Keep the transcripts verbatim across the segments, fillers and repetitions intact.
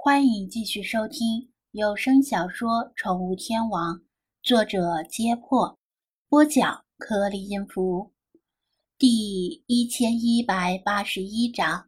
欢迎继续收听有声小说《宠物天王》，作者揭破，播讲颗粒音符，第一千一百八十一章。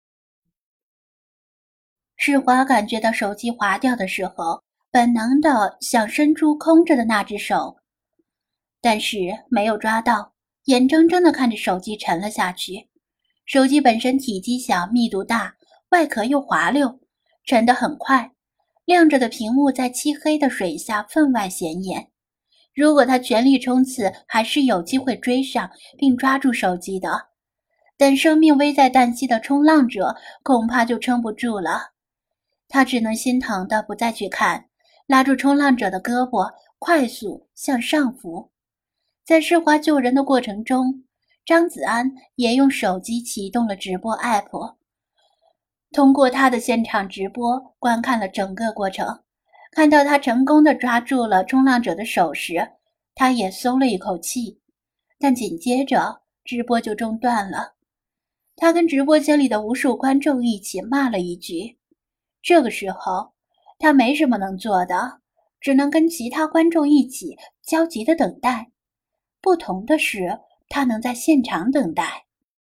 世华感觉到手机滑掉的时候，本能的想伸出空着的那只手，但是没有抓到，眼睁睁地看着手机沉了下去。手机本身体积小，密度大，外壳又滑溜，沉得很快，亮着的屏幕在漆黑的水下分外显眼。如果他全力冲刺，还是有机会追上并抓住手机的，但生命危在旦夕的冲浪者恐怕就撑不住了。他只能心疼的不再去看，拉住冲浪者的胳膊，快速向上浮。在世华救人的过程中，张子安也用手机启动了直播 app， 通过他的现场直播观看了整个过程。看到他成功地抓住了冲浪者的手时，他也松了一口气，但紧接着直播就中断了。他跟直播间里的无数观众一起骂了一句。这个时候他没什么能做的，只能跟其他观众一起焦急地等待。不同的是，他能在现场等待。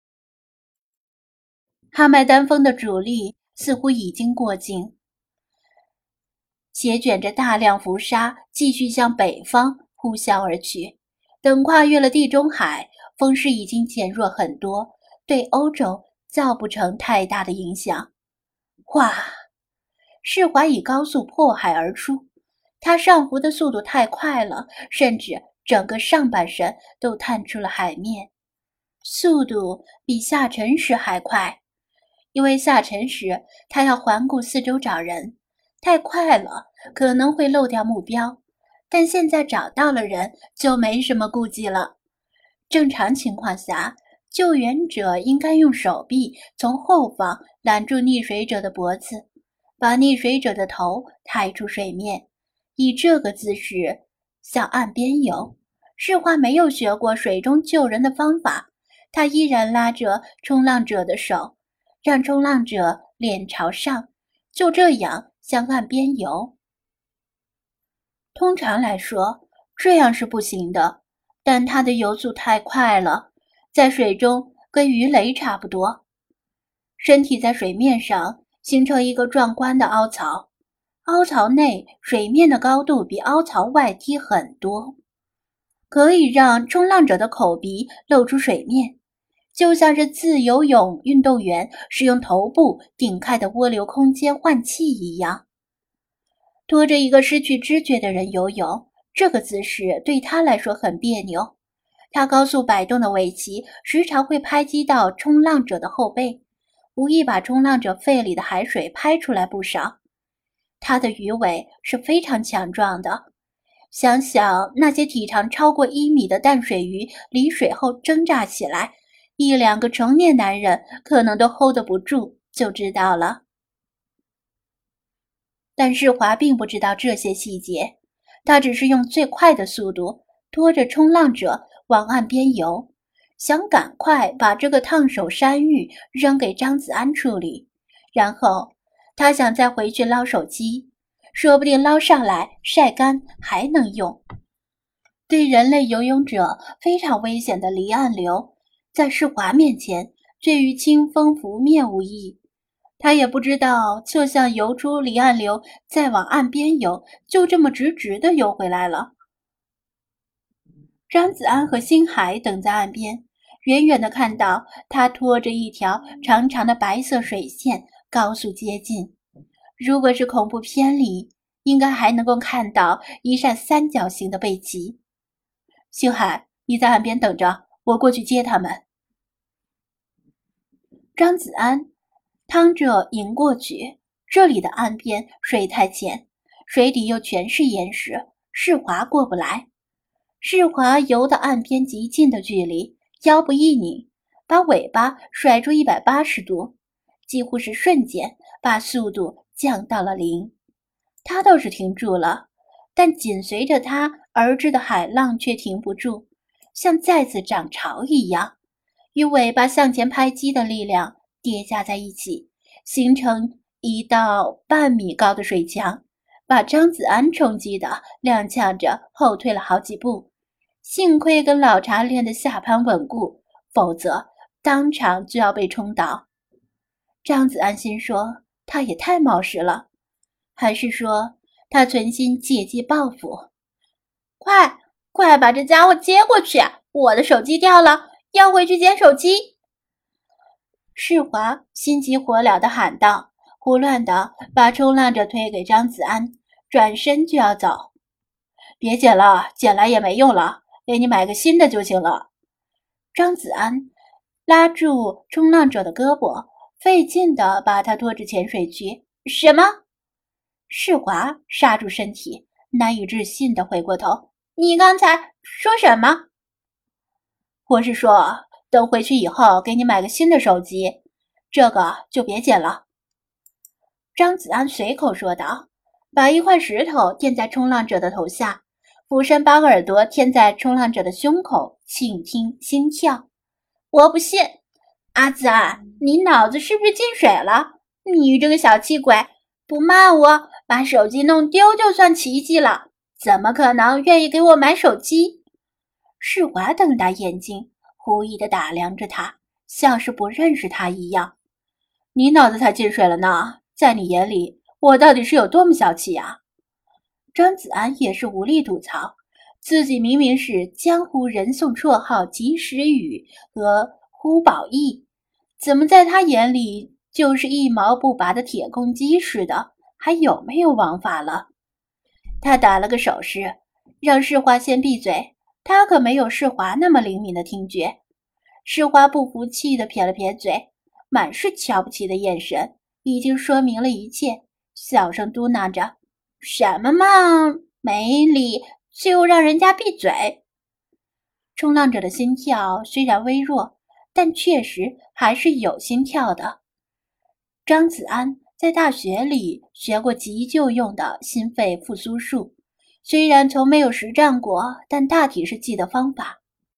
哈麦丹峰的主力似乎已经过境，携卷着大量浮沙继续向北方呼啸而去。等跨越了地中海，风势已经减弱很多，对欧洲造不成太大的影响。哗！世华以高速破海而出，他上浮的速度太快了，甚至整个上半身都探出了海面，速度比下沉时还快。因为下沉时他要环顾四周找人，太快了可能会漏掉目标，但现在找到了人就没什么顾忌了。正常情况下，救援者应该用手臂从后方揽住溺水者的脖子，把溺水者的头抬出水面，以这个姿势向岸边游。世华没有学过水中救人的方法，他依然拉着冲浪者的手，让冲浪者脸朝上，就这样向岸边游。通常来说，这样是不行的，但他的游速太快了，在水中跟鱼雷差不多，身体在水面上形成一个壮观的凹槽，凹槽内水面的高度比凹槽外低很多，可以让冲浪者的口鼻露出水面，就像是自由泳运动员使用头部顶开的涡流空间换气一样。拖着一个失去知觉的人游泳，这个姿势对他来说很别扭。他高速摆动的尾鳍时常会拍击到冲浪者的后背，无意把冲浪者肺里的海水拍出来不少。他的鱼尾是非常强壮的，想想那些体长超过一米的淡水鱼离水后挣扎起来，一两个成年男人可能都 hold 不住，就知道了。但世华并不知道这些细节，他只是用最快的速度拖着冲浪者往岸边游，想赶快把这个烫手山芋扔给张子安处理，然后他想再回去捞手机，说不定捞上来晒干还能用。对人类游泳者非常危险的离岸流，在世华面前却与清风拂面无异。他也不知道侧向游出离岸流，再往岸边游，就这么直直地游回来了。张子安和星海等在岸边，远远地看到他拖着一条长长的白色水线高速接近。如果是恐怖片里，应该还能够看到一扇三角形的背鳍。星海，你在岸边等着，我过去接他们。张子安趟着迎过去，这里的岸边水太浅，水底又全是岩石，世华过不来。世华游到岸边极近的距离，腰部一拧，把尾巴甩出一百八十度，几乎是瞬间把速度降到了零。他倒是停住了，但紧随着他而至的海浪却停不住，像再次涨潮一样，与尾巴向前拍击的力量叠加在一起，形成一道半米高的水墙，把张子安冲击的踉跄着后退了好几步。幸亏跟老茶练的下盘稳固，否则当场就要被冲倒。张子安心说，他也太冒失了，还是说他存心借机报复？快快把这家伙接过去，我的手机掉了，要回去捡手机。世华心急火燎地喊道，胡乱地把冲浪者推给张子安，转身就要走。别捡了，捡来也没用了，给你买个新的就行了。张子安拉住冲浪者的胳膊，费劲地把他拖至浅水区。什么？世华刹住身体，难以置信地回过头。你刚才说什么？我是说，等回去以后给你买个新的手机，这个就别捡了。张子安随口说道，把一块石头垫在冲浪者的头下，俯身把耳朵贴在冲浪者的胸口，倾听心跳。我不信，阿子安，你脑子是不是进水了？你这个小气鬼，不骂我，把手机弄丢就算奇迹了，怎么可能愿意给我买手机？世华瞪大眼睛，狐疑地打量着他，像是不认识他一样。你脑子才进水了呢，在你眼里，我到底是有多么小气啊？张子安也是无力吐槽，自己明明是江湖人送绰号及时雨和呼保义，怎么在他眼里就是一毛不拔的铁公鸡似的，还有没有王法了？他打了个手势，让世华先闭嘴，他可没有世华那么灵敏的听觉。世华不服气地撇了撇嘴，满是瞧不起的眼神，已经说明了一切，小声嘟囔着，什么嘛，没理就让人家闭嘴。冲浪者的心跳虽然微弱，但确实还是有心跳的。张子安在大学里学过急救用的心肺复苏术，虽然从没有实战过，但大体是记得方法。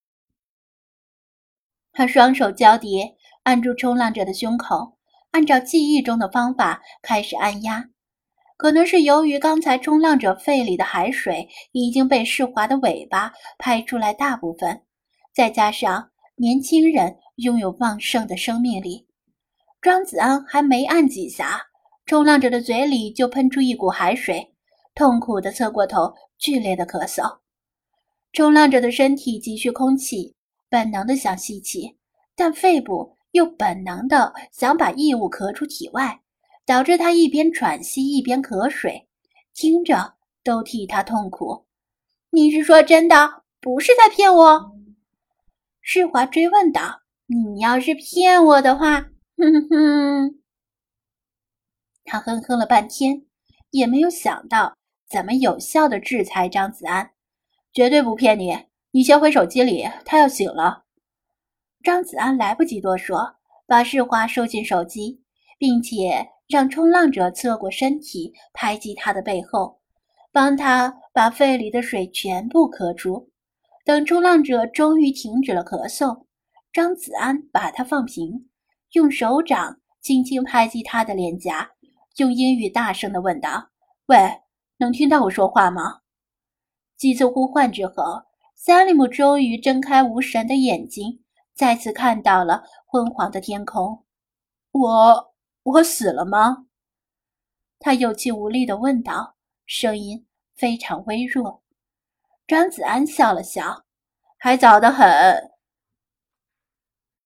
他双手交叠，按住冲浪者的胸口，按照记忆中的方法开始按压。可能是由于刚才冲浪者肺里的海水已经被世华的尾巴拍出来大部分，再加上年轻人拥有旺盛的生命力，张子安还没按几下，冲浪者的嘴里就喷出一股海水，痛苦地侧过头，剧烈的咳嗽。冲浪者的身体急需空气，本能地想吸气，但肺部又本能地想把异物咳出体外，导致他一边喘息一边咳水，听着都替他痛苦。你是说真的，不是在骗我？世华追问道。你要是骗我的话，哼哼。他哼哼了半天，也没有想到怎么有效地制裁张子安。绝对不骗你，你先回手机里，他要醒了。张子安来不及多说，把世华收进手机，并且让冲浪者侧过身体拍击他的背后，帮他把肺里的水全部咳出。等冲浪者终于停止了咳嗽，张子安把他放平，用手掌轻轻拍击他的脸颊，用英语大声地问道：喂，能听到我说话吗？几次呼唤之后，萨利姆终于睁开无神的眼睛，再次看到了昏黄的天空。我我死了吗？他有气无力地问道，声音非常微弱。张子安笑了笑，还早得很，